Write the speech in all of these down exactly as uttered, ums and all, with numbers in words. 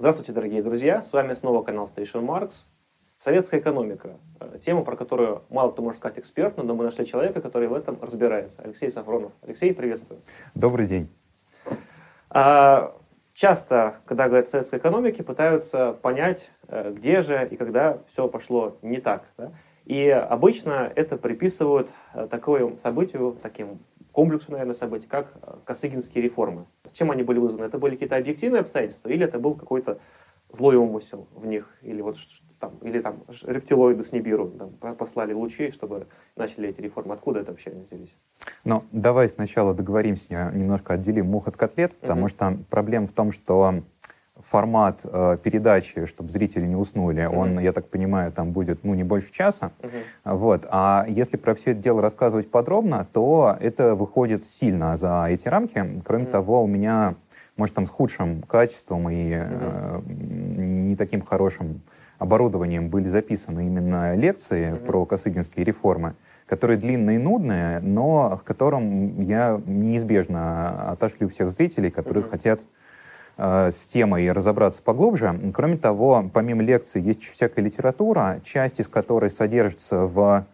Здравствуйте, дорогие друзья! С вами снова канал Station Marks. Советская экономика. Тема, про которую мало кто может сказать экспертно, но мы нашли человека, который в этом разбирается. Алексей Сафронов. Алексей, приветствую. Добрый день. А, часто, когда говорят о советской экономике, пытаются понять, где же и когда все пошло не так. Да? И обычно это приписывают такому событию, таким комплексу, наверное, событий, как Косыгинские реформы. С чем они были вызваны? Это были какие-то объективные обстоятельства или это был какой-то злой умысел в них? Или, вот, там, или там рептилоиды с Нибиру там, послали лучи, чтобы начали эти реформы? Откуда это вообще взялись? Ну, давай сначала договоримся, немножко отделим мух от котлет, потому uh-huh. что проблема в том, что формат э, передачи, чтобы зрители не уснули, uh-huh. он, я так понимаю, там будет, ну, не больше часа. Uh-huh. Вот. А если про все это дело рассказывать подробно, то это выходит сильно за эти рамки. Кроме uh-huh. того, у меня, может, там с худшим качеством и uh-huh. э, не таким хорошим оборудованием были записаны именно лекции uh-huh. про Косыгинские реформы, которые длинные и нудные, но к которым я неизбежно отошлю всех зрителей, которые uh-huh. хотят с темой разобраться поглубже. Кроме того, помимо лекций есть еще всякая литература, часть из которой содержится в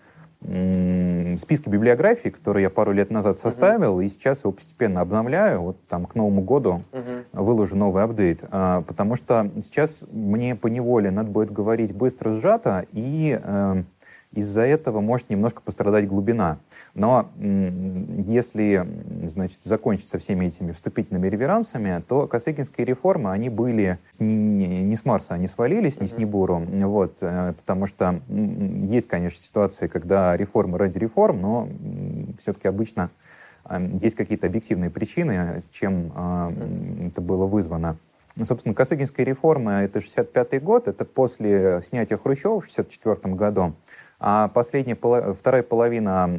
м, списке библиографий, который я пару лет назад составил, uh-huh. и сейчас его постепенно обновляю. Вот там к Новому году uh-huh. выложу новый апдейт. А, потому что сейчас мне поневоле надо будет говорить быстро, сжато, и э, из-за этого может немножко пострадать глубина. Но м, если, значит, закончить со всеми этими вступительными реверансами, то Косыгинские реформы, они были не, не, не с Марса, они свалились, не с Нибуру. Вот, э, потому что м, есть, конечно, ситуации, когда реформы ради реформ, но м, все-таки обычно э, есть какие-то объективные причины, чем э, это было вызвано. Собственно, Косыгинские реформы — это шестьдесят пятый год, это после снятия Хрущева в шестьдесят четвёртом году. А последняя, вторая половина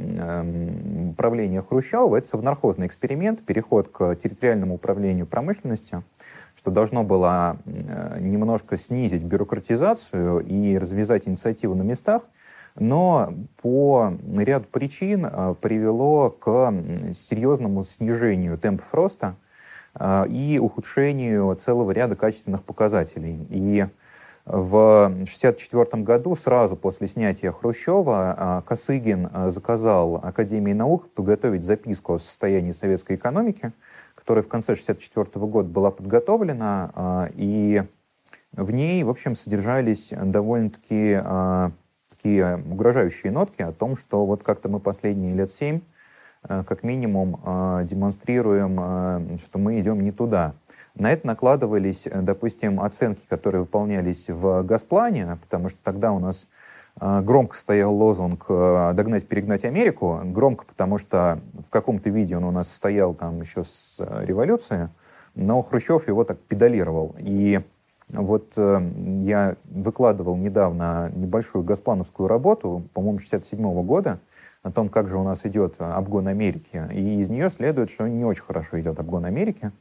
э, правления Хрущева — это совнархозный эксперимент, переход к территориальному управлению промышленностью, что должно было э, немножко снизить бюрократизацию и развязать инициативу на местах, но по ряду причин э, привело к серьезному снижению темпов роста э, и ухудшению целого ряда качественных показателей. И в шестьдесят четвёртом году, сразу после снятия Хрущева, Косыгин заказал Академии наук подготовить записку о состоянии советской экономики, которая в конце шестьдесят четвёртого года была подготовлена, и в ней, в общем, содержались довольно-таки такие угрожающие нотки о том, что вот как-то мы последние лет семь, как минимум, демонстрируем, что мы идем не туда. На это накладывались, допустим, оценки, которые выполнялись в Госплане, потому что тогда у нас громко стоял лозунг «догнать, перегнать Америку». Громко, потому что в каком-то виде он у нас стоял там еще с революции, но Хрущев его так педалировал. И вот я выкладывал недавно небольшую госплановскую работу, по-моему, шестьдесят седьмого года, о том, как же у нас идет обгон Америки. И из нее следует, что не очень хорошо идет обгон Америки.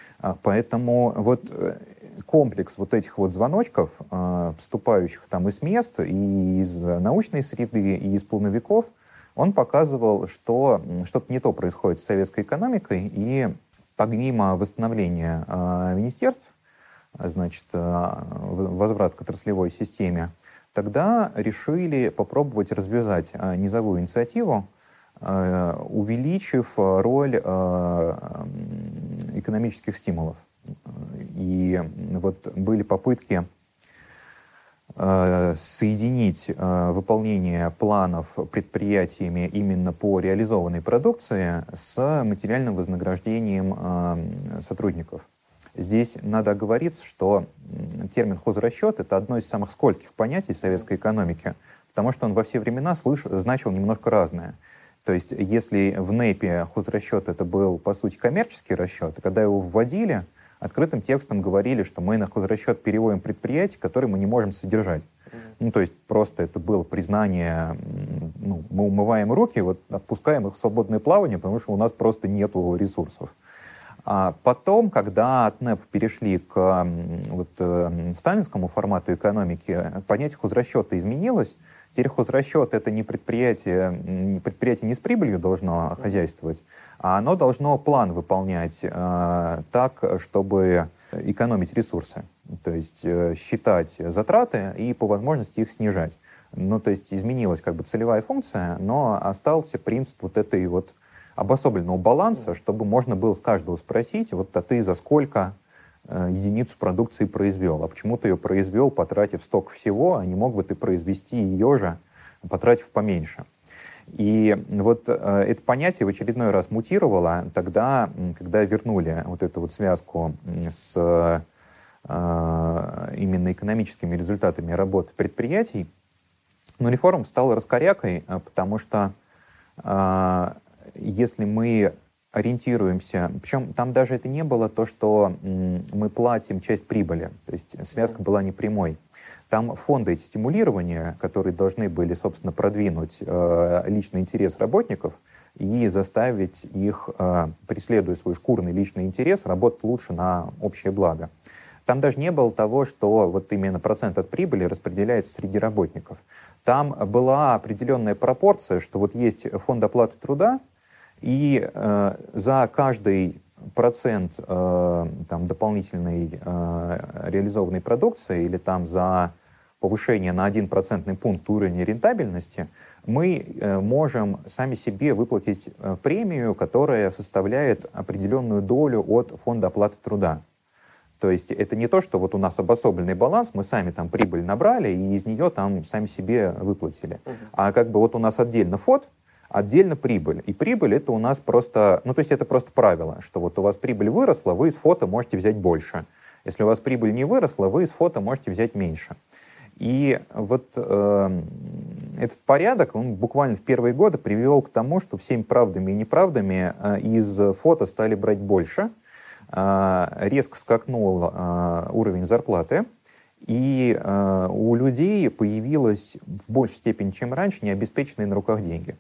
Поэтому вот комплекс вот этих вот звоночков, вступающих там из мест, и из научной среды, и из полновиков, он показывал, что что-то не то происходит с советской экономикой, и помимо восстановления министерств, значит, возврат к отраслевой системе, тогда решили попробовать развязать низовую инициативу, увеличив роль экономических стимулов. И вот были попытки соединить выполнение планов предприятиями именно по реализованной продукции с материальным вознаграждением сотрудников. Здесь надо оговориться, что термин хозрасчет — это одно из самых скользких понятий советской экономики, потому что он во все времена слыш... значил немножко разное. То есть если в НЭПе хозрасчет это был, по сути, коммерческий расчет, и когда его вводили, открытым текстом говорили, что мы на хозрасчет переводим предприятия, которые мы не можем содержать. Mm-hmm. Ну, то есть просто это было признание, ну, мы умываем руки, вот отпускаем их в свободное плавание, потому что у нас просто нету ресурсов. А потом, когда от НЭП перешли к вот, э, сталинскому формату экономики, понятие хозрасчета изменилось. Теперь хозрасчет — это не предприятие, предприятие не с прибылью должно хозяйствовать, а оно должно план выполнять э, так, чтобы экономить ресурсы. то есть э, считать затраты и по возможности их снижать. Ну, то есть изменилась как бы целевая функция, но остался принцип вот этой вот обособленного баланса, чтобы можно было с каждого спросить, вот а ты за сколько э, единицу продукции произвел, а почему ты ее произвел, потратив столько всего, а не мог бы ты произвести ее же, потратив поменьше. И вот э, это понятие в очередной раз мутировало тогда, когда вернули вот эту вот связку с э, именно экономическими результатами работы предприятий. Но реформа стала раскорякой, потому что э, если мы ориентируемся, причем там даже это не было то, что м, мы платим часть прибыли, то есть связка была не прямой. Там фонды эти стимулирования, которые должны были, собственно, продвинуть э, личный интерес работников и заставить их, э, преследуя свой шкурный личный интерес, работать лучше на общее благо. Там даже не было того, что вот именно процент от прибыли распределяется среди работников. Там была определенная пропорция, что вот есть фонд оплаты труда, и э, за каждый процент э, там, дополнительной э, реализованной продукции или там за повышение на один процентный пункт уровня рентабельности, мы э, можем сами себе выплатить э, премию, которая составляет определенную долю от фонда оплаты труда. То есть это не то, что вот у нас обособленный баланс, мы сами там прибыль набрали и из нее там сами себе выплатили. Uh-huh. А как бы вот у нас отдельно ФОТ, отдельно прибыль. И прибыль это у нас просто, ну то есть это просто правило, что вот у вас прибыль выросла, вы из ФОТа можете взять больше. Если у вас прибыль не выросла, вы из ФОТа можете взять меньше. И вот э, этот порядок, он буквально в первые годы привел к тому, что всеми правдами и неправдами э, из ФОТа стали брать больше, э, резко скакнул э, уровень зарплаты, и э, у людей появилось в большей степени, чем раньше, необеспеченные на руках деньги.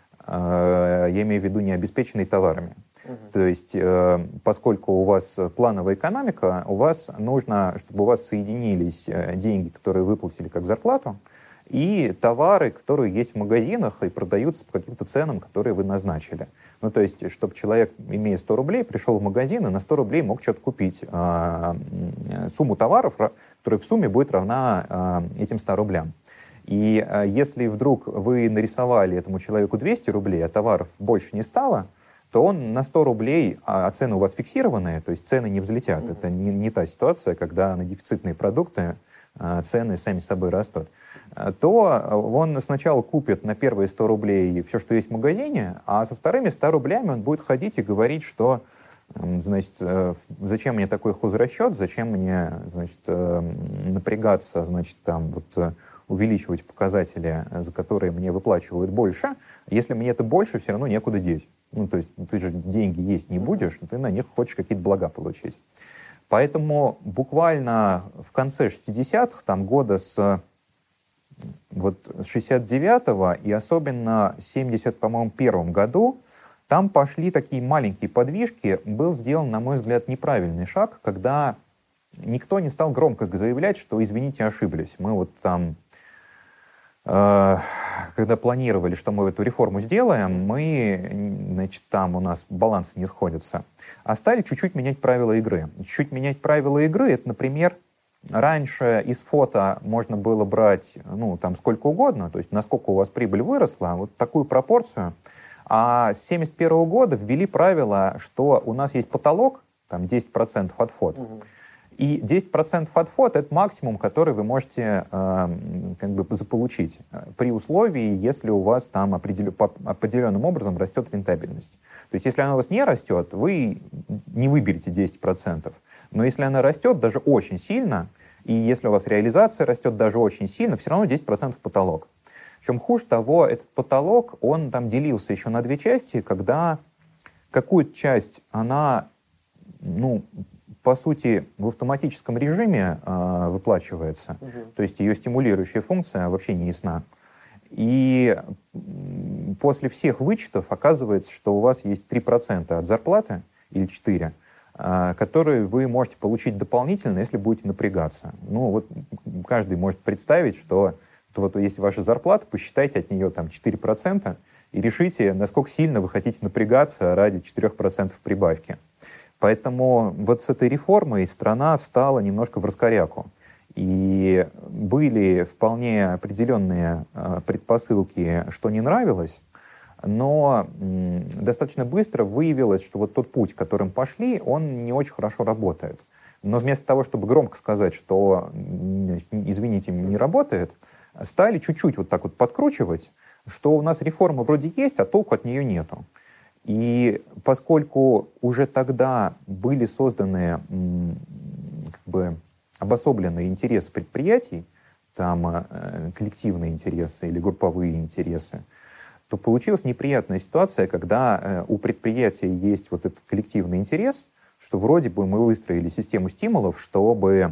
Э, я имею в виду необеспеченные товарами. Uh-huh. То есть, э, поскольку у вас плановая экономика, у вас нужно, чтобы у вас соединились э, деньги, которые выплатили как зарплату, и товары, которые есть в магазинах и продаются по каким-то ценам, которые вы назначили. Ну, то есть, чтобы человек, имея сто рублей, пришел в магазин и на сто рублей мог что-то купить. Э, э, сумму товаров, которая в сумме будет равна э, этим ста рублям. И э, если вдруг вы нарисовали этому человеку двести рублей, а товаров больше не стало, то он на сто рублей, а цены у вас фиксированные, то есть цены не взлетят. Mm-hmm. Это не, не та ситуация, когда на дефицитные продукты а, цены сами собой растут. А, то он сначала купит на первые сто рублей все, что есть в магазине, а со вторыми ста рублями он будет ходить и говорить, что значит, зачем мне такой хозрасчет, зачем мне значит, напрягаться, значит, там, вот, увеличивать показатели, за которые мне выплачивают больше, если мне это больше, все равно некуда деть. Ну, то есть ты же деньги есть не будешь, ты на них хочешь какие-то блага получить. Поэтому буквально в конце шестидесятых, там года с, вот, с шестьдесят девятого и особенно в семьдесят первом году, там пошли такие маленькие подвижки. Был сделан, на мой взгляд, неправильный шаг, когда никто не стал громко заявлять, что, извините, ошиблись. Мы вот там... Когда планировали, что мы эту реформу сделаем, мы, значит, там у нас балансы не сходятся, а стали чуть-чуть менять правила игры. Чуть-чуть менять правила игры, это, например, раньше из ФОТа можно было брать, ну, там, сколько угодно, то есть насколько у вас прибыль выросла, вот такую пропорцию, а с семьдесят первого года ввели правило, что у нас есть потолок, там, десять процентов от ФОТ, угу. И десять процентов от ФОТ — это максимум, который вы можете э, как бы заполучить при условии, если у вас там определен, по определенным образом растет рентабельность. То есть если она у вас не растет, вы не выберете десять процентов. Но если она растет даже очень сильно, и если у вас реализация растет даже очень сильно, все равно десять процентов потолок. Причем хуже того, этот потолок, он там делился еще на две части, когда какую-то часть она, ну, по сути, в автоматическом режиме э, выплачивается. Угу. То есть ее стимулирующая функция вообще не ясна. И после всех вычетов оказывается, что у вас есть три процента от зарплаты, или четыре процента, э, которые вы можете получить дополнительно, если будете напрягаться. Ну вот каждый может представить, что вот если ваша зарплата, посчитайте от нее там четыре процента и решите, насколько сильно вы хотите напрягаться ради четырёх процентов прибавки. Поэтому вот с этой реформой страна встала немножко в раскоряку. И были вполне определенные э, предпосылки, что не нравилось, но м, достаточно быстро выявилось, что вот тот путь, которым пошли, он не очень хорошо работает. Но вместо того, чтобы громко сказать, что, извините, не работает, стали чуть-чуть вот так вот подкручивать, что у нас реформа вроде есть, а толку от нее нету. И поскольку уже тогда были созданы м, как бы обособленные интересы предприятий, там э, коллективные интересы или групповые интересы, то получилась неприятная ситуация, когда э, у предприятия есть вот этот коллективный интерес, что вроде бы мы выстроили систему стимулов, чтобы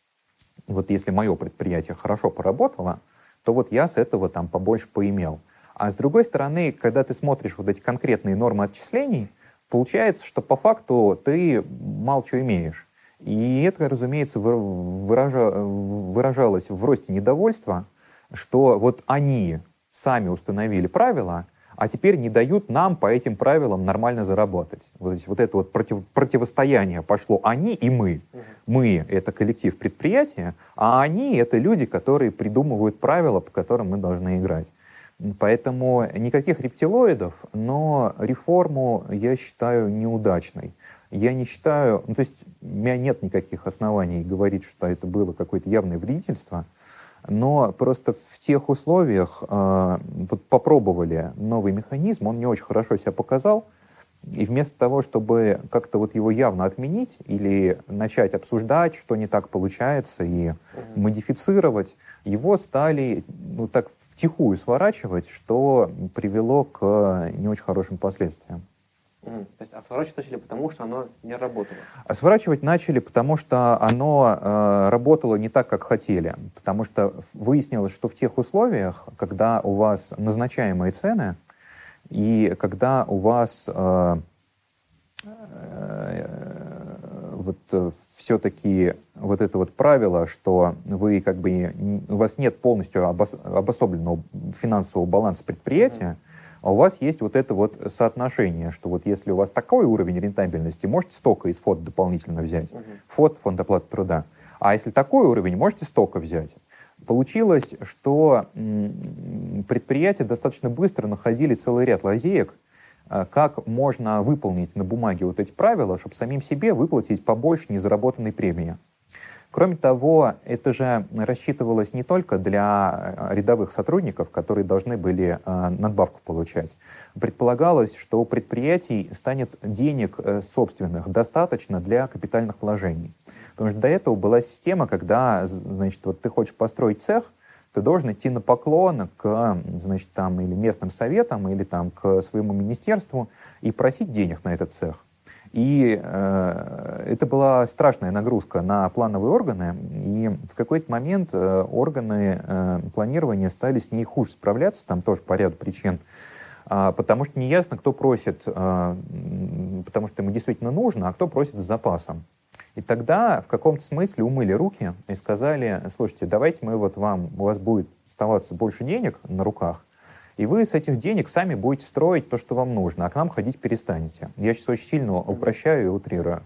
вот если мое предприятие хорошо поработало, то вот я с этого там побольше поимел. А с другой стороны, когда ты смотришь вот эти конкретные нормы отчислений, получается, что по факту ты мало чего имеешь. И это, разумеется, выража, выражалось в росте недовольства, что вот они сами установили правила, а теперь не дают нам по этим правилам нормально заработать. Вот, вот это вот против, противостояние пошло они и мы. Мы — это коллектив предприятия, а они — это люди, которые придумывают правила, по которым мы должны играть. Поэтому никаких рептилоидов, но реформу я считаю неудачной. Я не считаю, ну, то есть у меня нет никаких оснований говорить, что это было какое-то явное вредительство, но просто в тех условиях э, вот попробовали новый механизм, он не очень хорошо себя показал, и вместо того, чтобы как-то вот его явно отменить или начать обсуждать, что не так получается, и mm-hmm. модифицировать, его стали ну, так втихую сворачивать, что привело к не очень хорошим последствиям. Mm. То есть, а сворачивать начали потому, что оно не работало? А сворачивать начали, потому что оно э, работало не так, как хотели. Потому что выяснилось, что в тех условиях, когда у вас назначаемые цены, и когда у вас э, э, вот э, все-таки вот это вот правило, что вы как бы, у вас нет полностью обос, обособленного финансового баланса предприятия, mm-hmm. а у вас есть вот это вот соотношение, что вот если у вас такой уровень рентабельности, можете столько из ФОД дополнительно взять. Uh-huh. ФОД, фонд оплаты труда. А если такой уровень, можете столько взять. Получилось, что м, предприятия достаточно быстро находили целый ряд лазеек, а, как можно выполнить на бумаге вот эти правила, чтобы самим себе выплатить побольше незаработанной премии. Кроме того, это же рассчитывалось не только для рядовых сотрудников, которые должны были э, надбавку получать. Предполагалось, что у предприятий станет денег э, собственных достаточно для капитальных вложений. Потому что до этого была система, когда, значит, вот ты хочешь построить цех, ты должен идти на поклон к, значит, там, или местным советам, или там, к своему министерству и просить денег на этот цех. И э, это была страшная нагрузка на плановые органы, и в какой-то момент э, органы э, планирования стали с ней хуже справляться, там тоже по ряду причин, э, потому что неясно, кто просит, э, потому что ему действительно нужно, а кто просит с запасом. И тогда в каком-то смысле умыли руки и сказали: слушайте, давайте мы вот вам, у вас будет оставаться больше денег на руках, и вы с этих денег сами будете строить то, что вам нужно, а к нам ходить перестанете. Я сейчас очень сильно упрощаю и утрирую.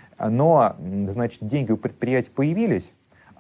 Но, значит, деньги у предприятий появились,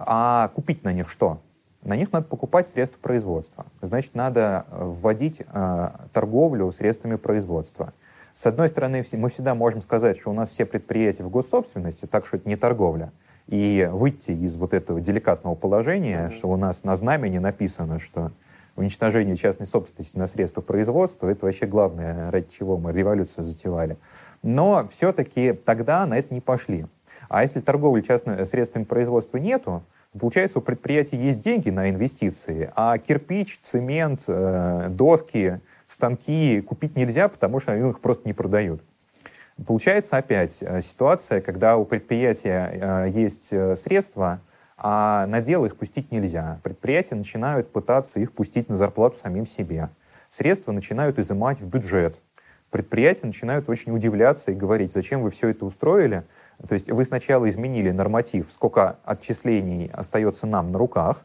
а купить на них что? На них надо покупать средства производства. Значит, надо вводить э, торговлю средствами производства. С одной стороны, мы всегда можем сказать, что у нас все предприятия в госсобственности, так что это не торговля. И выйти из вот этого деликатного положения, mm-hmm. что у нас на знамени написано, что уничтожение частной собственности на средства производства — это вообще главное, ради чего мы революцию затевали. Но все-таки тогда на это не пошли. А если торговли частными средствами производства нету, получается, у предприятий есть деньги на инвестиции, а кирпич, цемент, э, доски, станки купить нельзя, потому что они их просто не продают. Получается опять ситуация, когда у предприятия э, есть средства, а на дело их пустить нельзя. Предприятия начинают пытаться их пустить на зарплату самим себе. Средства начинают изымать в бюджет. Предприятия начинают очень удивляться и говорить: зачем вы все это устроили? То есть вы сначала изменили норматив, сколько отчислений остается нам на руках,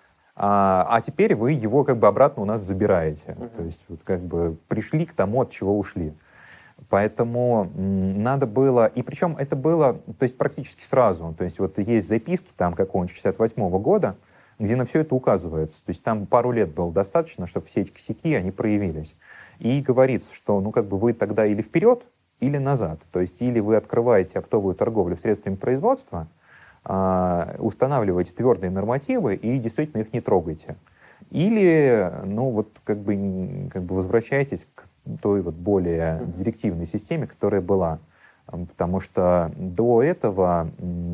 а, а теперь вы его как бы обратно у нас забираете. Uh-huh. То есть вот как бы пришли к тому, от чего ушли. Поэтому надо было, и причем это было, то есть практически сразу, то есть вот есть записки там какого-нибудь шестьдесят восьмого года, где на все это указывается. То есть там пару лет было достаточно, чтобы все эти косяки, они проявились. И говорится, что ну как бы вы тогда или вперед, или назад. То есть или вы открываете оптовую торговлю средствами производства, устанавливаете твердые нормативы и действительно их не трогайте. Или, ну вот как бы, как бы возвращайтесь к той вот более директивной системе, которая была. Потому что до этого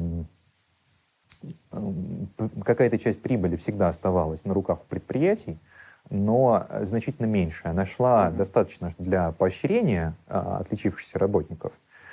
какая-то часть прибыли всегда оставалась на руках у предприятий, но значительно меньше. Она шла mm-hmm. достаточно для поощрения а, отличившихся работников.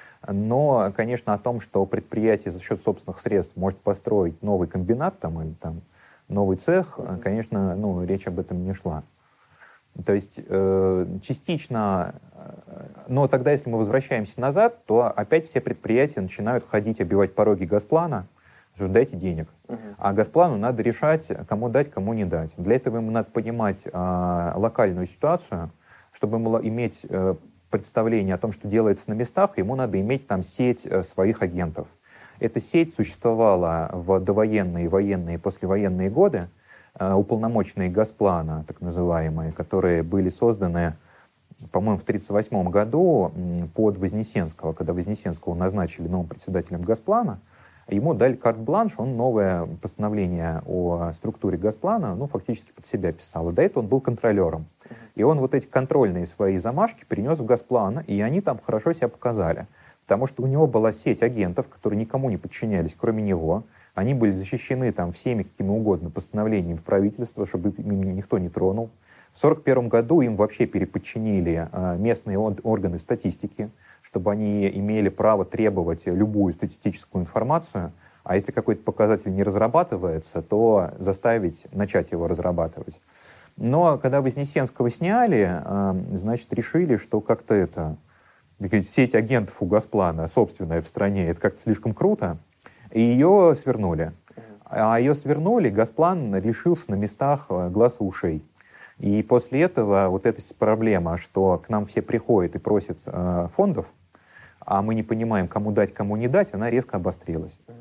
Но, конечно, о том, что предприятие за счет собственных средств может построить новый комбинат там, или там, новый цех, mm-hmm. конечно, ну, речь об этом не шла. То есть э, частично, но тогда, если мы возвращаемся назад, то опять все предприятия начинают ходить, обивать пороги Госплана, что дайте денег. Uh-huh. А Госплану надо решать, кому дать, кому не дать. Для этого ему надо понимать э, локальную ситуацию, чтобы ему иметь э, представление о том, что делается на местах, ему надо иметь там сеть э, своих агентов. Эта сеть существовала в довоенные, военные и послевоенные годы. Э, уполномоченные Госплана, так называемые, которые были созданы, по-моему, в тысяча девятьсот тридцать восьмом году под Вознесенского, когда Вознесенского назначили новым председателем Госплана. Ему дали карт-бланш, он новое постановление о структуре Госплана, ну, фактически под себя писал. И до этого он был контролером. И он вот эти контрольные свои замашки перенес в Госплан, и они там хорошо себя показали. Потому что у него была сеть агентов, которые никому не подчинялись, кроме него. Они были защищены там всеми какими угодно постановлениями правительства, чтобы им никто не тронул. В сорок первом году им вообще переподчинили э, местные органы статистики, чтобы они имели право требовать любую статистическую информацию, а если какой-то показатель не разрабатывается, то заставить начать его разрабатывать. Но когда Вознесенского сняли, э, значит, решили, что как-то это, сеть агентов у Госплана, собственная в стране, это как-то слишком круто, и ее свернули. А ее свернули, Госплан лишился на местах глаз и ушей. И после этого вот эта проблема, что к нам все приходят и просят э, фондов, а мы не понимаем, кому дать, кому не дать, она резко обострилась. Угу.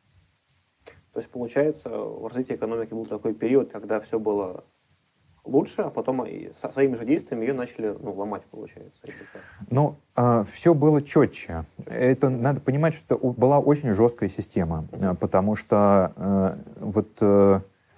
То есть, получается, в развитии экономики был такой период, когда все было лучше, а потом со своими же действиями ее начали ну, ломать, получается. Ну, э, все было четче. Это надо понимать, что это была очень жесткая система, угу. потому что э, вот... Э,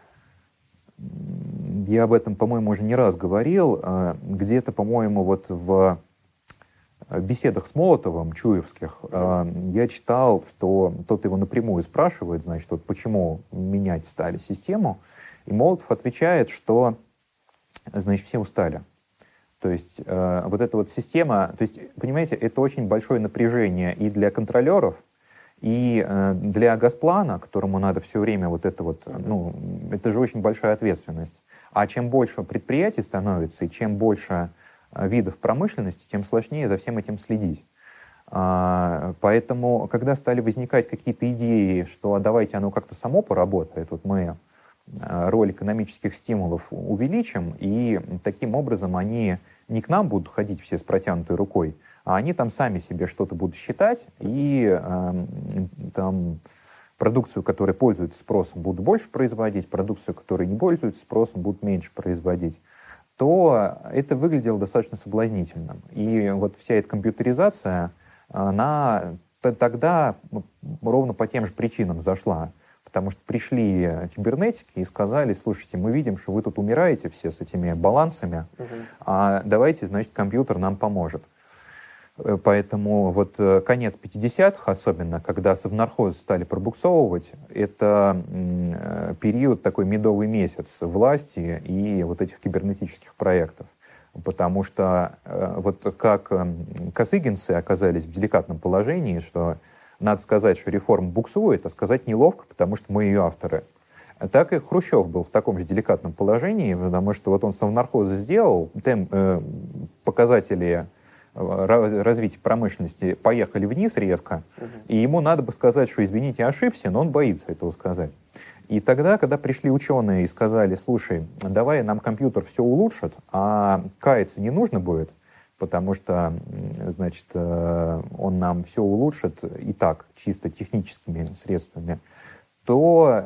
я об этом, по-моему, уже не раз говорил. Где-то, по-моему, вот в беседах с Молотовым, чуевских, я читал, что тот его напрямую спрашивает, значит, вот почему менять стали систему. И Молотов отвечает, что, значит, все устали. То есть вот эта вот система, то есть, понимаете, это очень большое напряжение и для контролеров, и э, для Госплана, которому надо все время вот это вот, ну, это же очень большая ответственность. А чем больше предприятий становится, и чем больше э, видов промышленности, тем сложнее за всем этим следить. А, поэтому, когда стали возникать какие-то идеи, что а давайте оно как-то само поработает, вот мы э, роль экономических стимулов увеличим, и таким образом они не к нам будут ходить все с протянутой рукой, а они там сами себе что-то будут считать, и э, там продукцию, которая пользуется спросом, будут больше производить, продукцию, которая не пользуется спросом, будут меньше производить, то это выглядело достаточно соблазнительным. И вот вся эта компьютеризация, она тогда ровно по тем же причинам зашла. Потому что пришли кибернетики и сказали, слушайте, мы видим, что вы тут умираете все с этими балансами, угу. а давайте, значит, компьютер нам поможет. Поэтому вот конец пятидесятых, особенно, когда совнархозы стали пробуксовывать, это период, такой медовый месяц власти и вот этих кибернетических проектов. Потому что вот как косыгинцы оказались в деликатном положении, что надо сказать, что реформа буксует, а сказать неловко, потому что мы ее авторы. Так и Хрущев был в таком же деликатном положении, потому что вот он совнархозы сделал, темп, э, показатели развития промышленности поехали вниз резко, угу. и ему надо бы сказать, что извините, ошибся, но он боится этого сказать. И тогда, когда пришли ученые и сказали, слушай, давай нам компьютер все улучшит, а каяться не нужно будет, потому что, значит, он нам все улучшит и так, чисто техническими средствами, то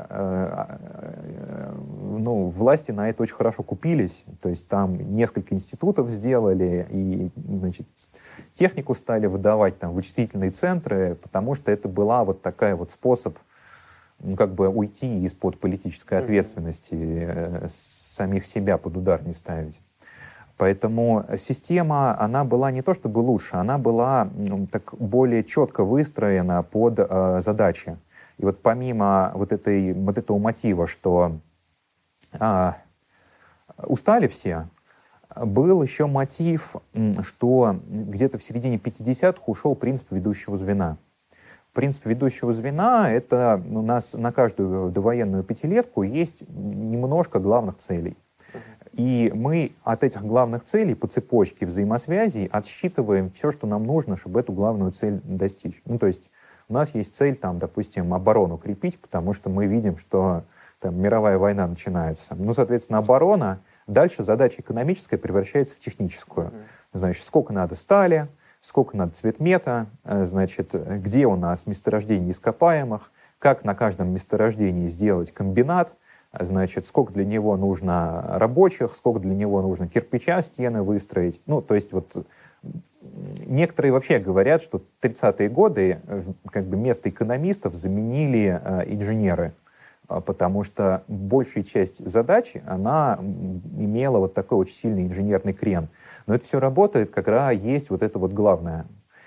ну, власти на это очень хорошо купились. То есть там несколько институтов сделали, и, значит, технику стали выдавать, там, вычислительные центры, потому что это была вот такая вот способ, ну, как бы уйти из-под политической ответственности, э, самих себя под удар не ставить. Поэтому система, она была не то чтобы лучше, она была, ну, так более четко выстроена под э, задачи. И вот помимо вот, этой, вот этого мотива, что а, устали все, был еще мотив, что где-то в середине пятидесятых ушел принцип ведущего звена. Принцип ведущего звена — это у нас на каждую довоенную пятилетку есть немножко главных целей. И мы от этих главных целей по цепочке взаимосвязей отсчитываем все, что нам нужно, чтобы эту главную цель достичь. Ну, то есть у нас есть цель, там, допустим, оборону крепить, потому что мы видим, что там мировая война начинается. Ну, соответственно, оборона, дальше задача экономическая превращается в техническую. Значит, сколько надо стали, сколько надо цветмета, значит, где у нас месторождение ископаемых, как на каждом месторождении сделать комбинат, значит, сколько для него нужно рабочих, сколько для него нужно кирпича, стены выстроить. Ну, то есть вот некоторые вообще говорят, что тридцатые годы как бы место экономистов заменили э, инженеры, потому что большая часть задачи, она имела вот такой очень сильный инженерный крен. Но это все работает, когда есть вот это вот главное.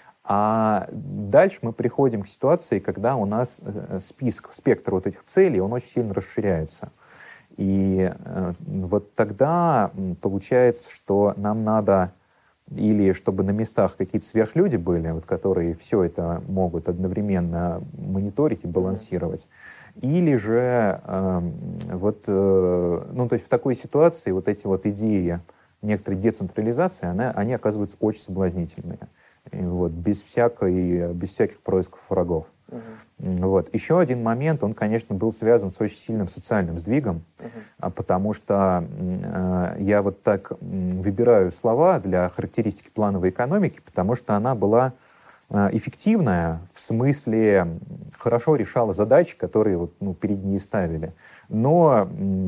А дальше мы приходим к ситуации, когда у нас список, спектр вот этих целей, он очень сильно расширяется. И э, вот тогда получается, что нам надо или чтобы на местах какие-то сверхлюди были, вот, которые все это могут одновременно мониторить и балансировать, или же э, вот, э, ну, то есть в такой ситуации вот эти вот идеи некоторой децентрализации, она, они оказываются очень соблазнительные. И вот, без, всякой, без всяких происков врагов. Uh-huh. Вот. Еще один момент, он, конечно, был связан с очень сильным социальным сдвигом, uh-huh. потому что э, я вот так выбираю слова для характеристики плановой экономики, потому что она была э, эффективная, в смысле хорошо решала задачи, которые вот, ну, перед ней ставили, но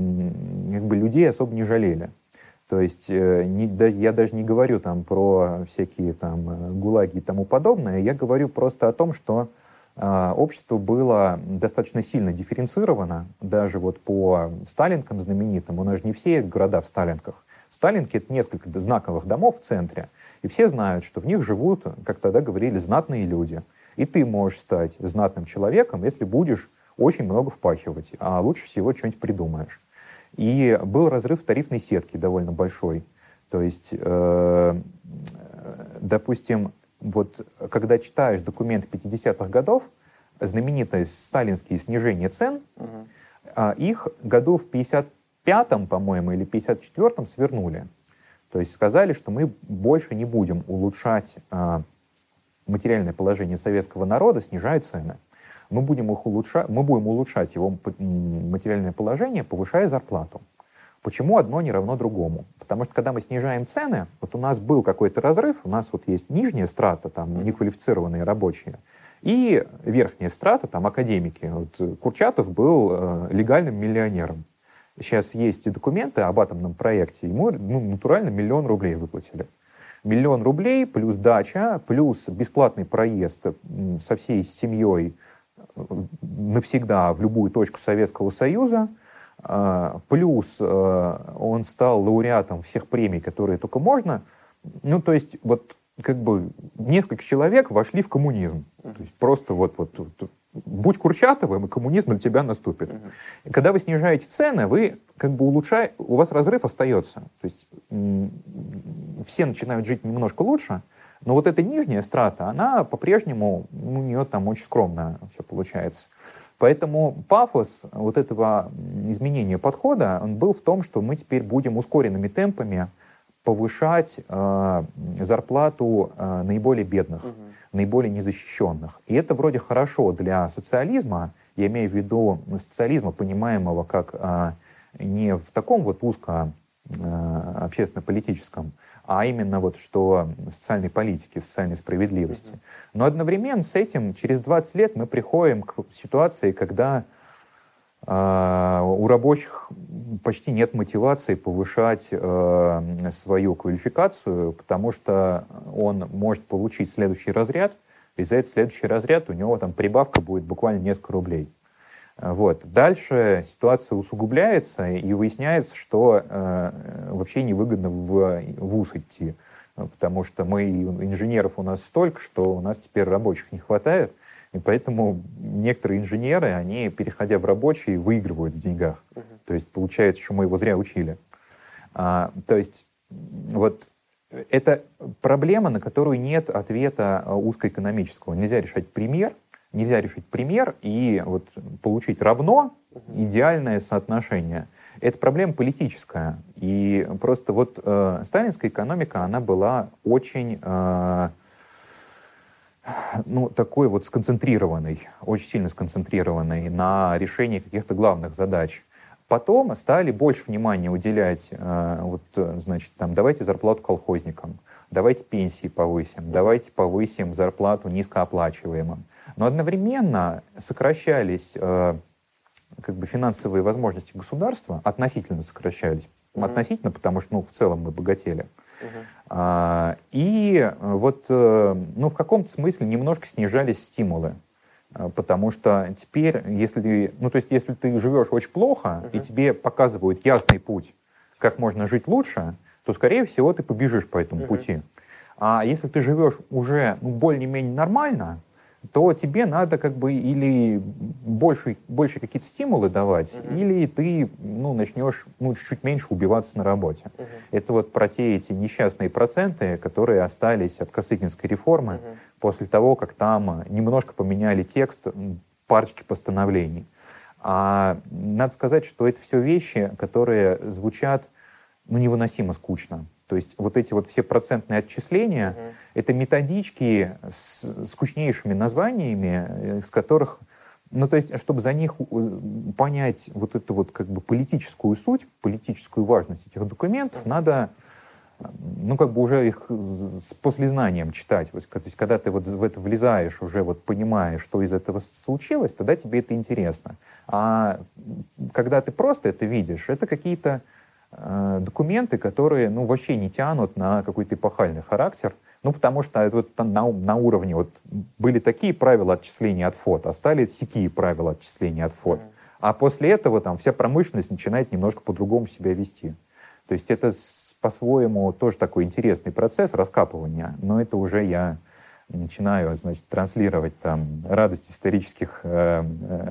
э, как бы людей особо не жалели. То есть э, не, да, я даже не говорю там про всякие там гулаги и тому подобное, я говорю просто о том, что э, общество было достаточно сильно дифференцировано, даже вот по сталинкам знаменитым, у нас же не все города в сталинках. Сталинки — это несколько знаковых домов в центре, и все знают, что в них живут, как тогда говорили, знатные люди. И ты можешь стать знатным человеком, если будешь очень много впахивать, а лучше всего что-нибудь придумаешь. И был разрыв тарифной сетки довольно большой. То есть, э, допустим, вот когда читаешь документы пятидесятых годов, знаменитое сталинские снижения цен, uh-huh. их году в пятьдесят пятом, по-моему, или пятьдесят четвёртом свернули. То есть сказали, что мы больше не будем улучшать э, материальное положение советского народа, снижая цены. Мы будем, их улучшать, мы будем улучшать его материальное положение, повышая зарплату. Почему одно не равно другому? Потому что когда мы снижаем цены, вот у нас был какой-то разрыв, у нас вот есть нижняя страта, там неквалифицированные рабочие, и верхняя страта, там академики. Вот Курчатов был э, легальным миллионером. Сейчас есть и документы об атомном проекте, ему ну, натурально миллион рублей выплатили. Миллион рублей плюс дача, плюс бесплатный проезд со всей семьей навсегда в любую точку Советского Союза, плюс он стал лауреатом всех премий, которые только можно. Ну, то есть, вот, как бы, несколько человек вошли в коммунизм. То есть, просто вот, вот, вот будь Курчатовым, и коммунизм для тебя наступит. И когда вы снижаете цены, вы, как бы, улучшаете, у вас разрыв остается. То есть, все начинают жить немножко лучше, но вот эта нижняя страта, она по-прежнему, у нее там очень скромно все получается. Поэтому пафос вот этого изменения подхода, он был в том, что мы теперь будем ускоренными темпами повышать э, зарплату э, наиболее бедных, угу. наиболее незащищенных. И это вроде хорошо для социализма, я имею в виду социализма, понимаемого как э, не в таком вот узко э, общественно-политическом, а именно вот что социальной политики, социальной справедливости. Mm-hmm. Но одновременно с этим через двадцать лет мы приходим к ситуации, когда э, у рабочих почти нет мотивации повышать э, свою квалификацию, потому что он может получить следующий разряд, и за этот следующий разряд у него там прибавка будет буквально несколько рублей. Вот. Дальше ситуация усугубляется, и выясняется, что э, вообще невыгодно в вуз идти, потому что мы, инженеров у нас столько, что у нас теперь рабочих не хватает, и поэтому некоторые инженеры, они, переходя в рабочие, выигрывают в деньгах. Uh-huh. То есть получается, что мы его зря учили. А, то есть вот это проблема, на которую нет ответа узкоэкономического. Нельзя решать пример, Нельзя решить пример и вот получить равно идеальное соотношение. Это проблема политическая. И просто вот э, сталинская экономика, она была очень э, ну, такой вот сконцентрированной, очень сильно сконцентрированной на решении каких-то главных задач. Потом стали больше внимания уделять, э, вот, значит, там, давайте зарплату колхозникам, давайте пенсии повысим, давайте повысим зарплату низкооплачиваемым. Но одновременно сокращались э, как бы финансовые возможности государства, относительно сокращались. Mm-hmm. Относительно, потому что ну, в целом мы богатели. Mm-hmm. А, и вот э, ну, в каком-то смысле немножко снижались стимулы. Потому что теперь, если, ну, то есть, если ты живешь очень плохо, uh-huh. и тебе показывают ясный путь, как можно жить лучше, то, скорее всего, ты побежишь по этому uh-huh. пути. А если ты живешь уже ну, более-менее нормально, то тебе надо как бы или больше, больше какие-то стимулы давать, uh-huh. или ты ну, начнешь ну, чуть-чуть меньше убиваться на работе. Uh-huh. Это вот про те эти несчастные проценты, которые остались от Косыгинской реформы uh-huh. после того, как там немножко поменяли текст парочки постановлений. А надо сказать, что это все вещи, которые звучат ну, невыносимо скучно. То есть вот эти вот все процентные отчисления, uh-huh. это методички с скучнейшими названиями, с которых, ну то есть, чтобы за них понять вот эту вот как бы политическую суть, политическую важность этих документов, uh-huh. надо, ну как бы уже их с послезнанием читать. То есть когда ты вот в это влезаешь, уже вот понимаешь, что из этого случилось, тогда тебе это интересно. А когда ты просто это видишь, это какие-то документы, которые ну, вообще не тянут на какой-то эпохальный характер, ну, потому что вот, на, на уровне вот, были такие правила отчисления от ФОД, а стали сякие правила отчисления от ФОД. Mm-hmm. А после этого там, вся промышленность начинает немножко по-другому себя вести. То есть это с, по-своему тоже такой интересный процесс раскапывания, но это уже я начинаю, значит, транслировать там радость исторических э,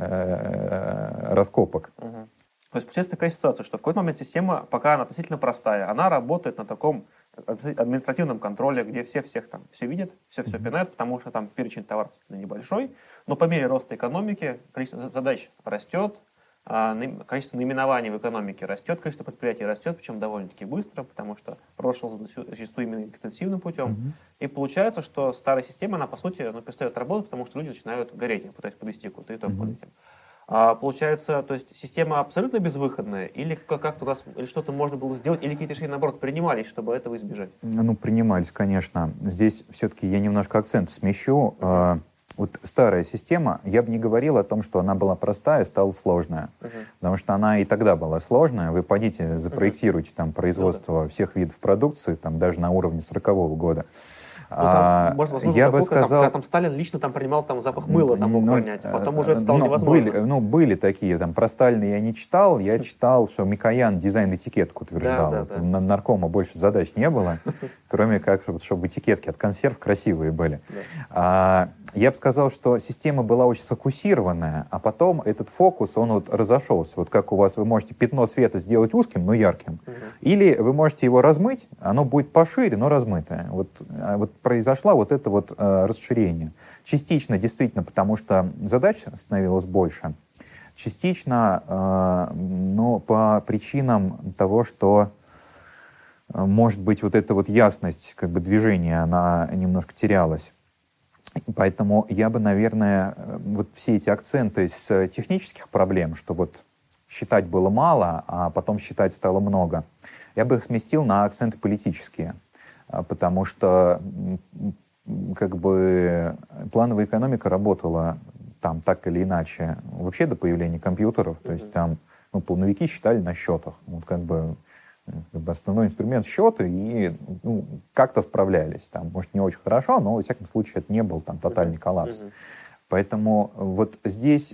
э, раскопок. Mm-hmm. То есть получается такая ситуация, что в какой-то момент система, пока она относительно простая, она работает на таком административном контроле, где все всех там все видят, все все пинают, потому что там перечень товаров небольшой, но по мере роста экономики количество задач растет, количество наименований в экономике растет, количество предприятий растет, причем довольно-таки быстро, потому что прошлое зачастую именно экстенсивным путем. Mm-hmm. И получается, что старая система, она по сути ну, перестает работать, потому что люди начинают гореть, пытаясь подвести какой-то итог mm-hmm. под этим. А, получается, то есть система абсолютно безвыходная, или как-то у нас или что-то можно было сделать, или какие-то решения, наоборот, принимались, чтобы этого избежать? Ну, принимались, конечно. Здесь все-таки я немножко акцент смещу. Uh-huh. Вот старая система, я бы не говорил о том, что она была простая, стала сложная. Uh-huh. Потому что она и тогда была сложная. Вы пойдите, запроектируйте uh-huh. там производство uh-huh. всех видов продукции, там даже на уровне сорокового года. Ну, там, может, я бы сказал, там, когда там Сталин лично там принимал там запах мыла, там мог понять, ну, потом уже это стало ну, невозможно. Были, ну, были такие, там, про Сталина я не читал, я читал, что Микоян дизайн-этикетку утверждал. Да, да, да. На наркома больше задач не было, кроме как, чтобы этикетки от консерв красивые были. А, я бы сказал, что система была очень сфокусированная, а потом этот фокус, он вот разошелся. Вот как у вас, вы можете пятно света сделать узким, но ярким, угу. или вы можете его размыть, оно будет пошире, но размытое. Вот, вот произошло вот это вот э, расширение. Частично действительно, потому что задач становилось больше. Частично, э, но по причинам того, что, э, может быть, вот эта вот ясность как бы, движения, она немножко терялась. Поэтому я бы, наверное, вот все эти акценты с технических проблем, что вот считать было мало, а потом считать стало много. Я бы их сместил на акценты политические, потому что как бы плановая экономика работала там так или иначе вообще до появления компьютеров, то есть там ну, полновики считали на счетах. Вот как бы, как бы основной инструмент счеты и ну, как-то справлялись. Там, может, не очень хорошо, но, во всяком случае, это не был там тотальный коллапс. Uh-huh. Поэтому вот здесь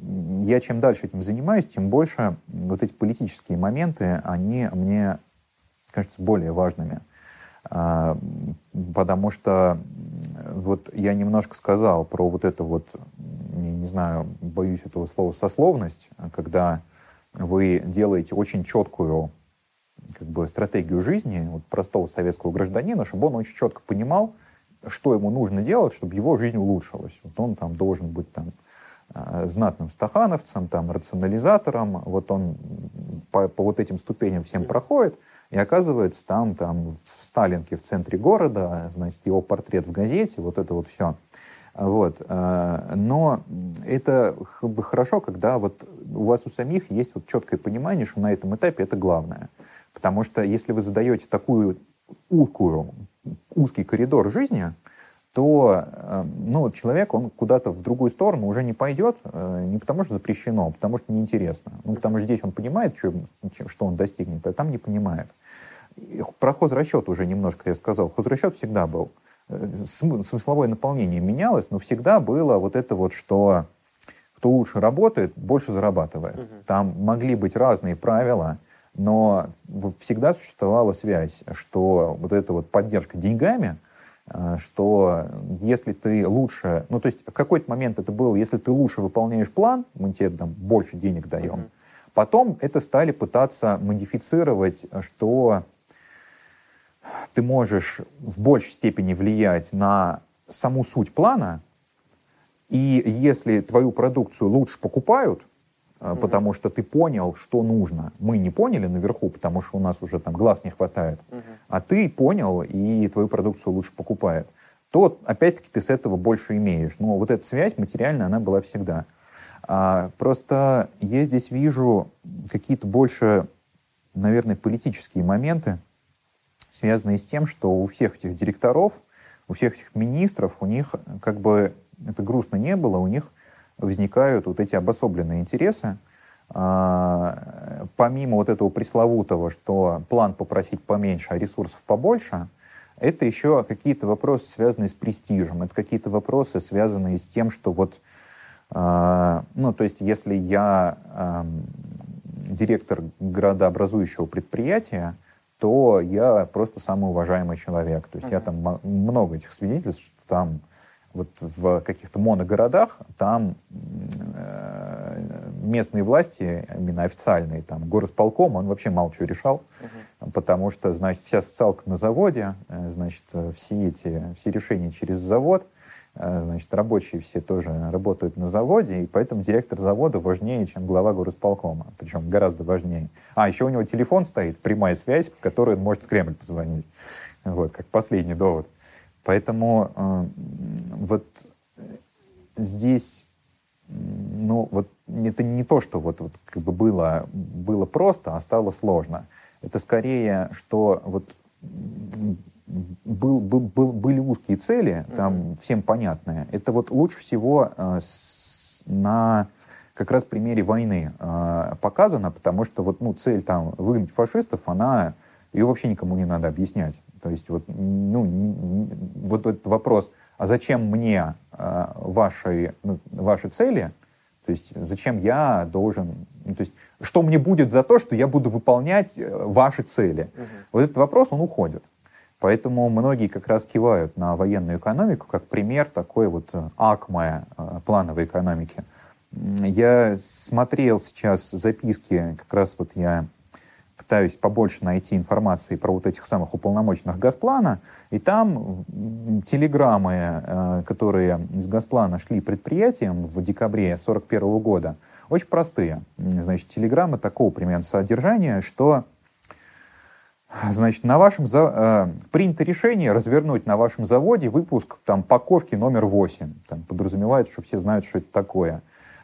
я чем дальше этим занимаюсь, тем больше вот эти политические моменты, они мне кажутся более важными. А, потому что вот я немножко сказал про вот это вот, не, не знаю, боюсь этого слова, сословность, когда вы делаете очень четкую как бы, стратегию жизни вот, простого советского гражданина, чтобы он очень четко понимал, что ему нужно делать, чтобы его жизнь улучшилась. Вот он там должен быть там, знатным стахановцем, там, рационализатором, вот он по, по вот этим ступеням всем проходит, и оказывается там, там в Сталинке в центре города, значит, его портрет в газете, вот это вот все. Вот. Но это хорошо, когда вот у вас у самих есть вот четкое понимание, что на этом этапе это главное. Потому что если вы задаете такую узкую, узкий коридор жизни, то ну, человек, он куда-то в другую сторону уже не пойдет, не потому что запрещено, а потому что неинтересно. Ну, потому что здесь он понимает, что, что он достигнет, а там не понимает. Про хозрасчет уже немножко я сказал. Хозрасчет всегда был. Смысловое наполнение менялось, но всегда было вот это вот, что кто лучше работает, больше зарабатывает. Uh-huh. Там могли быть разные правила, но всегда существовала связь, что вот эта вот поддержка деньгами, что если ты лучше, ну то есть в какой-то момент это было, если ты лучше выполняешь план, мы тебе там больше денег даем. Uh-huh. Потом это стали пытаться модифицировать, что ты можешь в большей степени влиять на саму суть плана, и если твою продукцию лучше покупают, mm-hmm. потому что ты понял, что нужно, мы не поняли наверху, потому что у нас уже там глаз не хватает, mm-hmm. а ты понял, и твою продукцию лучше покупают, то опять-таки ты с этого больше имеешь. Но вот эта связь материальная, она была всегда. А, просто я здесь вижу какие-то больше, наверное, политические моменты, связанные с тем, что у всех этих директоров, у всех этих министров, у них, как бы это грустно не было, у них возникают вот эти обособленные интересы. А, помимо вот этого пресловутого, что план попросить поменьше, а ресурсов побольше, это еще какие-то вопросы, связанные с престижем, это какие-то вопросы, связанные с тем, что вот, а, ну, то есть если я а, директор градообразующего предприятия, то я просто самый уважаемый человек. То есть uh-huh. я там много этих свидетельств, что там вот в каких-то моногородах там э, местные власти, именно официальные, там горосполком, он вообще мало чего решал, uh-huh. потому что, значит, вся социалка на заводе, э, значит, все эти, все решения через завод, э, значит, рабочие все тоже работают на заводе, и поэтому директор завода важнее, чем глава горосполкома, причем гораздо важнее. А, еще у него телефон стоит, прямая связь, по которой он может в Кремль позвонить. Вот, как последний довод. Поэтому э, вот здесь, ну, вот это не то, что вот, вот как бы было, было просто, а стало сложно. Это скорее, что вот был, был, был, были узкие цели, там mm-hmm. всем понятные. Это вот лучше всего э, с, на как раз примере войны э, показано, потому что вот, ну, цель там выгнать фашистов, она, ее вообще никому не надо объяснять. То есть вот, ну, вот этот вопрос, а зачем мне э, ваши, ну, ваши цели, то есть зачем я должен, ну, то есть что мне будет за то, что я буду выполнять ваши цели? Uh-huh. Вот этот вопрос, он уходит. Поэтому многие как раз кивают на военную экономику как пример такой вот акме э, плановой экономики. Я смотрел сейчас записки, как раз вот я пытаюсь побольше найти информации про вот этих самых уполномоченных Госплана, и там телеграммы, э, которые из Госплана шли предприятиям в декабре сорок первого года, очень простые. Значит, телеграммы такого примерно содержания, что значит, на вашем за... э, принято решение развернуть на вашем заводе выпуск там, паковки номер восемь. Там подразумевается, что все знают, что это такое.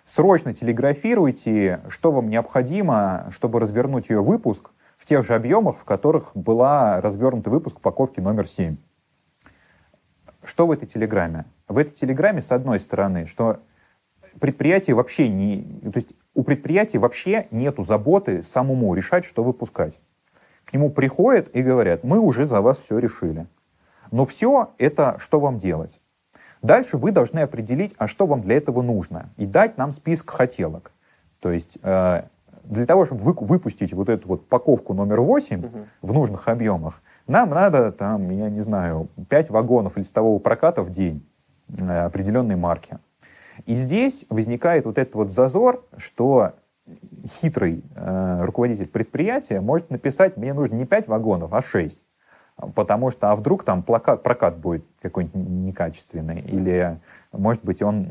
Срочно телеграфируйте, что вам необходимо, чтобы развернуть ее выпуск в тех же объемах, в которых была развернутый выпуск упаковки номер семь. Что в этой телеграмме? В этой телеграмме, с одной стороны, что предприятие вообще не... То есть у предприятия вообще нету заботы самому решать, что выпускать. К нему приходят и говорят: мы уже за вас все решили. Но все это что вам делать? Дальше вы должны определить, а что вам для этого нужно, и дать нам список хотелок. То есть э, для того, чтобы вы, выпустить вот эту вот упаковку номер восемь uh-huh. в нужных объемах, нам надо, там, я не знаю, пять вагонов листового проката в день э, определенной марки. И здесь возникает вот этот вот зазор, что хитрый э, руководитель предприятия может написать: мне нужно не пять вагонов, а шесть. Потому что, а вдруг там плакат, прокат будет какой-нибудь некачественный, или, может быть, он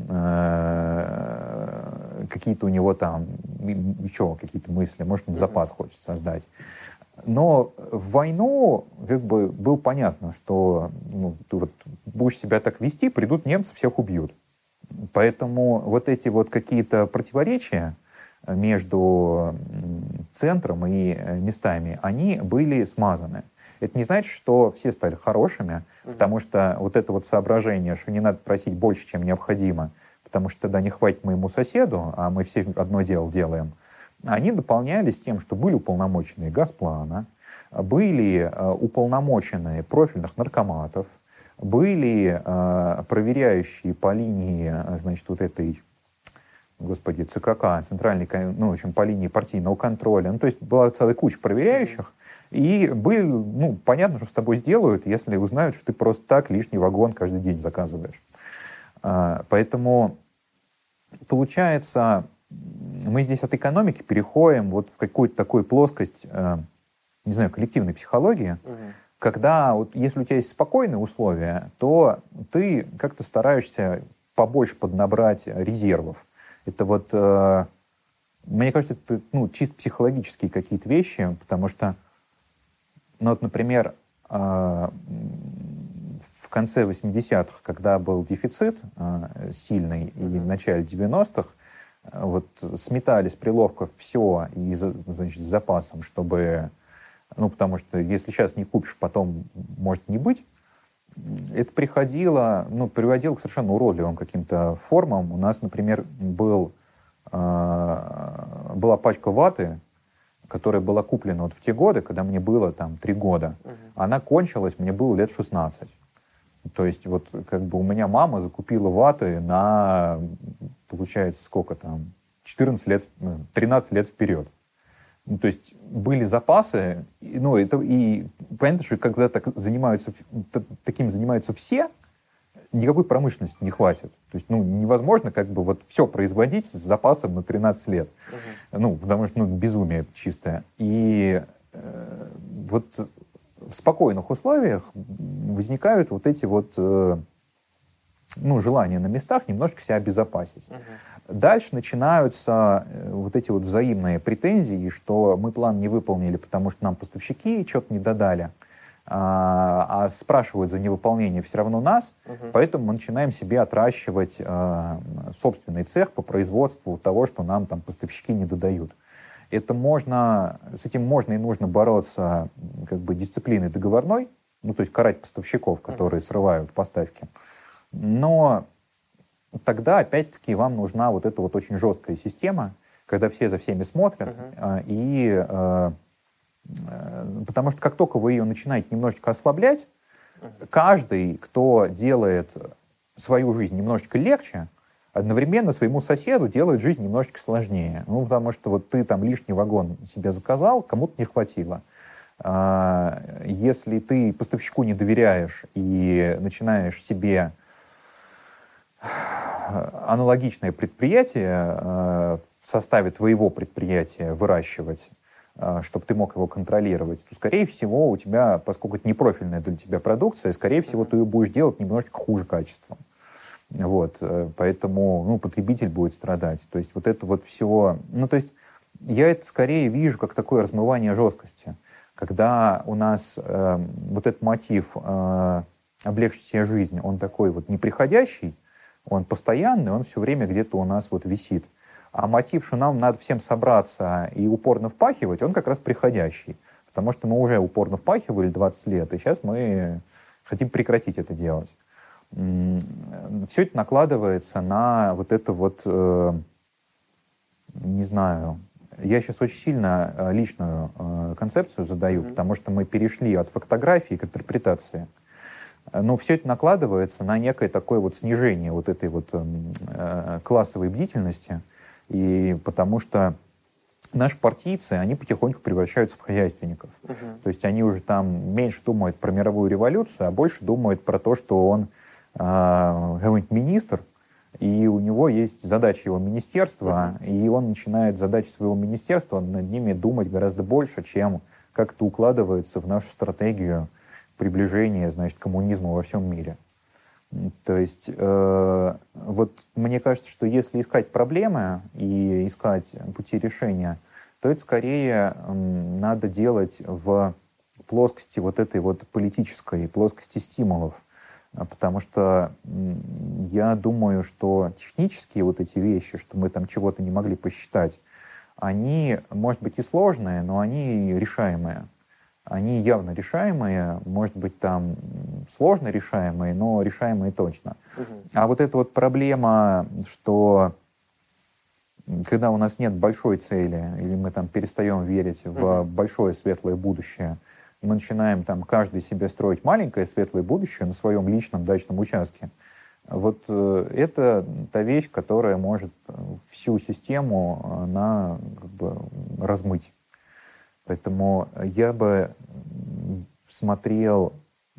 э, какие-то у него там еще какие-то мысли, может, он запас хочет создать. Но в войну как бы было понятно, что ну, ты вот будешь себя так вести, придут немцы, всех убьют. Поэтому вот эти вот какие-то противоречия между центром и местами, они были смазаны. Это не значит, что все стали хорошими, mm-hmm. потому что вот это вот соображение, что не надо просить больше, чем необходимо, потому что тогда не хватит моему соседу, а мы все одно дело делаем, они дополнялись тем, что были уполномоченные Газплана, были э, уполномоченные профильных наркоматов, были э, проверяющие по линии, значит, вот этой, господи, ЦКК, центральной, ну, в общем, по линии партийного контроля. Ну, то есть была целая куча проверяющих, и были, ну, понятно, что с тобой сделают, если узнают, что ты просто так лишний вагон каждый день заказываешь. А, поэтому, получается, мы здесь от экономики переходим вот в какую-то такую плоскость, э, не знаю, коллективной психологии, угу. когда вот, если у тебя есть спокойные условия, то ты как-то стараешься побольше поднабрать резервов. Это вот, э, мне кажется, это ну, чисто психологические какие-то вещи, потому что, ну вот, например, э, в конце восьмидесятых, когда был дефицит э, сильный, mm-hmm. и в начале девяностых, э, вот сметали с прилавков все и, значит, с запасом, чтобы, ну, потому что если сейчас не купишь, потом может не быть. Это приходило, ну, приводило к совершенно уродливым каким-то формам. У нас, например, был, э, была пачка ваты, которая была куплена вот в те годы, когда мне было там три года. Uh-huh. Она кончилась, мне было лет шестнадцать. То есть вот как бы у меня мама закупила ваты на, получается, сколько там, четырнадцать лет, тринадцать лет вперед. Ну, то есть были запасы, ну, это, и понятно, что когда так занимаются, таким занимаются все, никакой промышленности не хватит. То есть, ну, невозможно как бы вот все производить с запасом на тринадцать лет. Uh-huh. Ну, потому что, ну, безумие чистое. И э, вот в спокойных условиях возникают вот эти вот, э, ну, желания на местах немножко себя обезопасить. Uh-huh. Дальше начинаются вот эти вот взаимные претензии, что мы план не выполнили, потому что нам поставщики что-то не додали, а, а спрашивают за невыполнение все равно нас, uh-huh. поэтому мы начинаем себе отращивать а, собственный цех по производству того, что нам там поставщики не додают. Это можно, с этим можно и нужно бороться как бы дисциплиной договорной, ну, то есть карать поставщиков, которые uh-huh. срывают поставки. Но тогда, опять-таки, вам нужна вот эта вот очень жесткая система, когда все за всеми смотрят, uh-huh. и э, э, потому что как только вы ее начинаете немножечко ослаблять, uh-huh. каждый, кто делает свою жизнь немножечко легче, одновременно своему соседу делает жизнь немножечко сложнее. Ну, потому что вот ты там лишний вагон себе заказал, кому-то не хватило. А, если ты поставщику не доверяешь и начинаешь себе аналогичное предприятие э, в составе твоего предприятия выращивать, э, чтобы ты мог его контролировать, то, скорее всего, у тебя, поскольку это не профильная для тебя продукция, скорее всего, ты ее будешь делать немножечко хуже качеством. Вот, э, поэтому, ну, потребитель будет страдать. То есть вот это вот все... Ну, то есть я это скорее вижу как такое размывание жесткости, когда у нас э, вот этот мотив э, облегчить себе жизнь, он такой вот неприходящий, он постоянный, он все время где-то у нас вот висит. А мотив, что нам надо всем собраться и упорно впахивать, он как раз приходящий. Потому что мы уже упорно впахивали двадцать лет, и сейчас мы хотим прекратить это делать. Все это накладывается на вот это вот, э, не знаю, я сейчас очень сильно э, личную э, концепцию задаю, mm-hmm. потому что мы перешли от фактографии к интерпретации. Но все это накладывается на некое такое вот снижение вот этой вот э, классовой бдительности, и потому что наши партийцы, они потихоньку превращаются в хозяйственников. Uh-huh. То есть они уже там меньше думают про мировую революцию, а больше думают про то, что он э, какой-нибудь министр, и у него есть задачи его министерства, uh-huh. и он начинает задачи своего министерства над ними думать гораздо больше, чем как это укладывается в нашу стратегию приближения, значит, коммунизма во всем мире. То есть э, вот мне кажется, что если искать проблемы и искать пути решения, то это скорее э, надо делать в плоскости вот этой вот политической, плоскости стимулов. Потому что э, я думаю, что технические вот эти вещи, что мы там чего-то не могли посчитать, они, может быть, и сложные, но они решаемые. Они явно решаемые, может быть, там сложно решаемые, но решаемые точно. Угу. А вот эта вот проблема, что когда у нас нет большой цели, или мы там перестаем верить в угу. большое светлое будущее, мы начинаем там каждый себе строить маленькое светлое будущее на своем личном дачном участке, вот э, это та вещь, которая может всю систему на, как бы, размыть. Поэтому я бы смотрел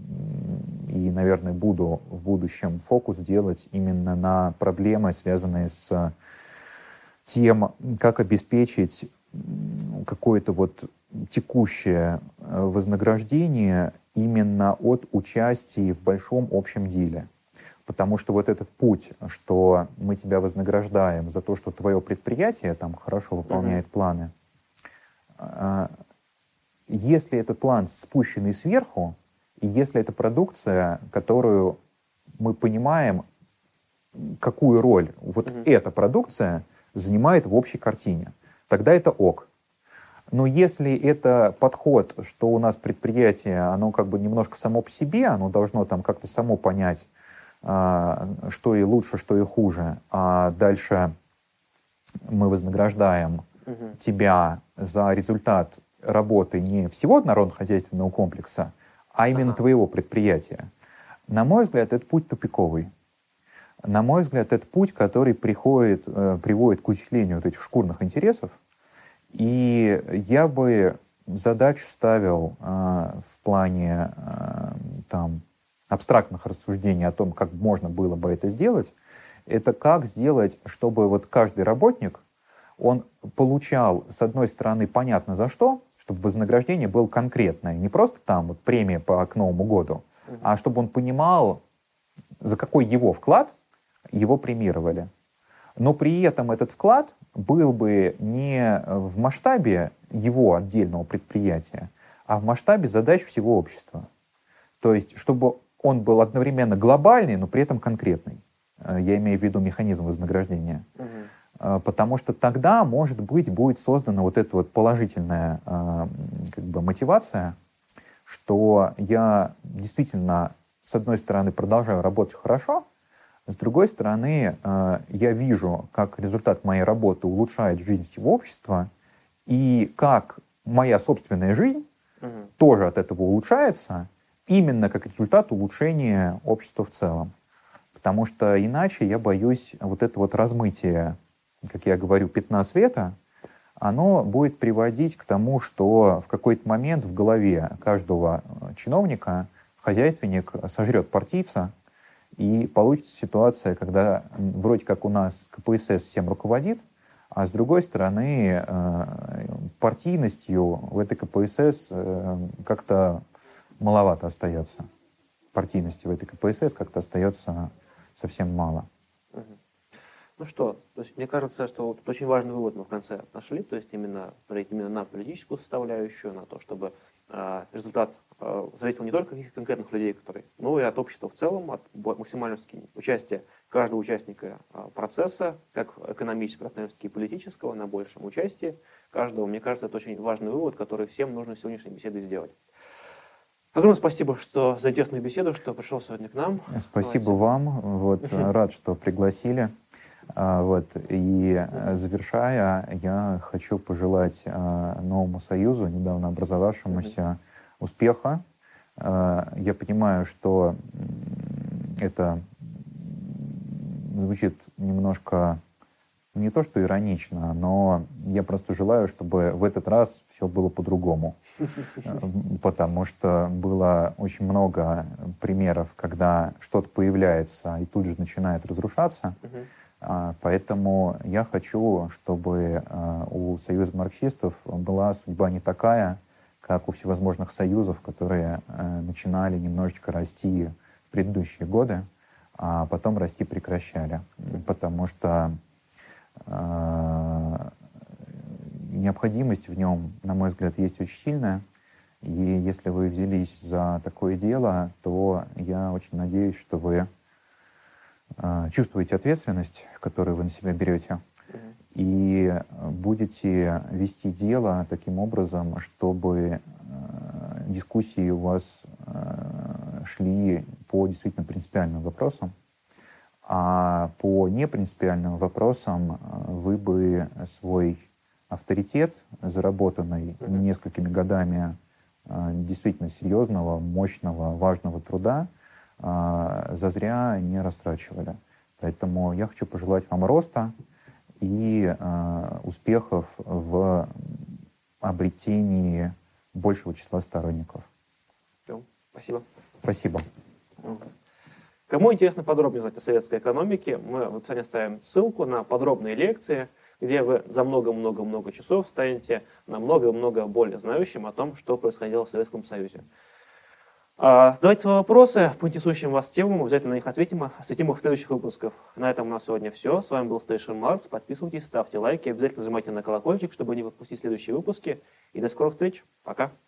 и, наверное, буду в будущем фокус делать именно на проблемы, связанные с тем, как обеспечить какое-то вот текущее вознаграждение именно от участия в большом общем деле. Потому что вот этот путь, что мы тебя вознаграждаем за то, что твое предприятие там хорошо выполняет mm-hmm. планы, если это план, спущенный сверху, и если это продукция, которую мы понимаем, какую роль вот mm-hmm. эта продукция занимает в общей картине, тогда это ок. Но если это подход, что у нас предприятие, оно как бы немножко само по себе, оно должно там как-то само понять, что и лучше, что и хуже, а дальше мы вознаграждаем угу. тебя за результат работы не всего народно-хозяйственного комплекса, а именно ага. твоего предприятия. На мой взгляд, это путь тупиковый. На мой взгляд, это путь, который приходит, э, приводит к усилению вот этих шкурных интересов. И я бы задачу ставил э, в плане э, там, абстрактных рассуждений о том, как можно было бы это сделать. Это как сделать, чтобы вот каждый работник, он получал, с одной стороны, понятно за что, чтобы вознаграждение было конкретное, не просто там вот премия по к Новому году, mm-hmm. а чтобы он понимал, за какой его вклад его премировали. Но при этом этот вклад был бы не в масштабе его отдельного предприятия, а в масштабе задач всего общества. То есть, чтобы он был одновременно глобальный, но при этом конкретный. Я имею в виду механизм вознаграждения. Mm-hmm. Потому что тогда, может быть, будет создана вот эта вот положительная как бы, мотивация, что я действительно, с одной стороны, продолжаю работать хорошо, с другой стороны, я вижу, как результат моей работы улучшает жизнь всего общества, и как моя собственная жизнь mm-hmm. тоже от этого улучшается, именно как результат улучшения общества в целом. Потому что иначе, я боюсь, вот это вот размытие, как я говорю, пятна света, оно будет приводить к тому, что в какой-то момент в голове каждого чиновника хозяйственник сожрет партийца, и получится ситуация, когда вроде как у нас ка пэ эс эс всем руководит, а с другой стороны партийностью в этой ка пэ эс эс как-то маловато остается. Партийности в этой ка пэ эс эс как-то остается совсем мало. Ну что, то есть мне кажется, что вот очень важный вывод мы в конце нашли, то есть именно, именно на политическую составляющую, на то, чтобы э, результат э, зависел не только от каких конкретных людей, которые, но и от общества в целом, от максимального участия каждого участника процесса, как экономического, так и политического, на большем участии каждого. Мне кажется, это очень важный вывод, который всем нужно в сегодняшней беседе сделать. Огромное спасибо, что за интересную беседу, что пришел сегодня к нам. Спасибо Давайте. вам. Вот, рад, что пригласили. Вот, и завершая, я хочу пожелать новому Союзу, недавно образовавшемуся, успеха. Я понимаю, что это звучит немножко не то, что иронично, но я просто желаю, чтобы в этот раз все было по-другому. Потому что было очень много примеров, когда что-то появляется и тут же начинает разрушаться. Поэтому я хочу, чтобы у Союза марксистов была судьба не такая, как у всевозможных союзов, которые начинали немножечко расти в предыдущие годы, а потом расти прекращали. Потому что необходимость в нем, на мой взгляд, есть очень сильная. И если вы взялись за такое дело, то я очень надеюсь, что вы чувствуете ответственность, которую вы на себя берете, и будете вести дело таким образом, чтобы дискуссии у вас шли по действительно принципиальным вопросам, а по непринципиальным вопросам вы бы свой авторитет, заработанный несколькими годами действительно серьезного, мощного, важного труда, зазря не растрачивали. Поэтому я хочу пожелать вам роста и успехов в обретении большего числа сторонников. Спасибо. Спасибо. Кому интересно подробнее узнать о советской экономике, мы в описании ставим ссылку на подробные лекции, где вы за много-много-много часов станете намного-много более знающим о том, что происходило в Советском Союзе. Задавайте свои вопросы по интересующим вас темам, обязательно на них ответим, осветим их в следующих выпусках. На этом у нас сегодня все. С вами был Station Marks. Подписывайтесь, ставьте лайки, обязательно нажимайте на колокольчик, чтобы не пропустить следующие выпуски. И до скорых встреч. Пока.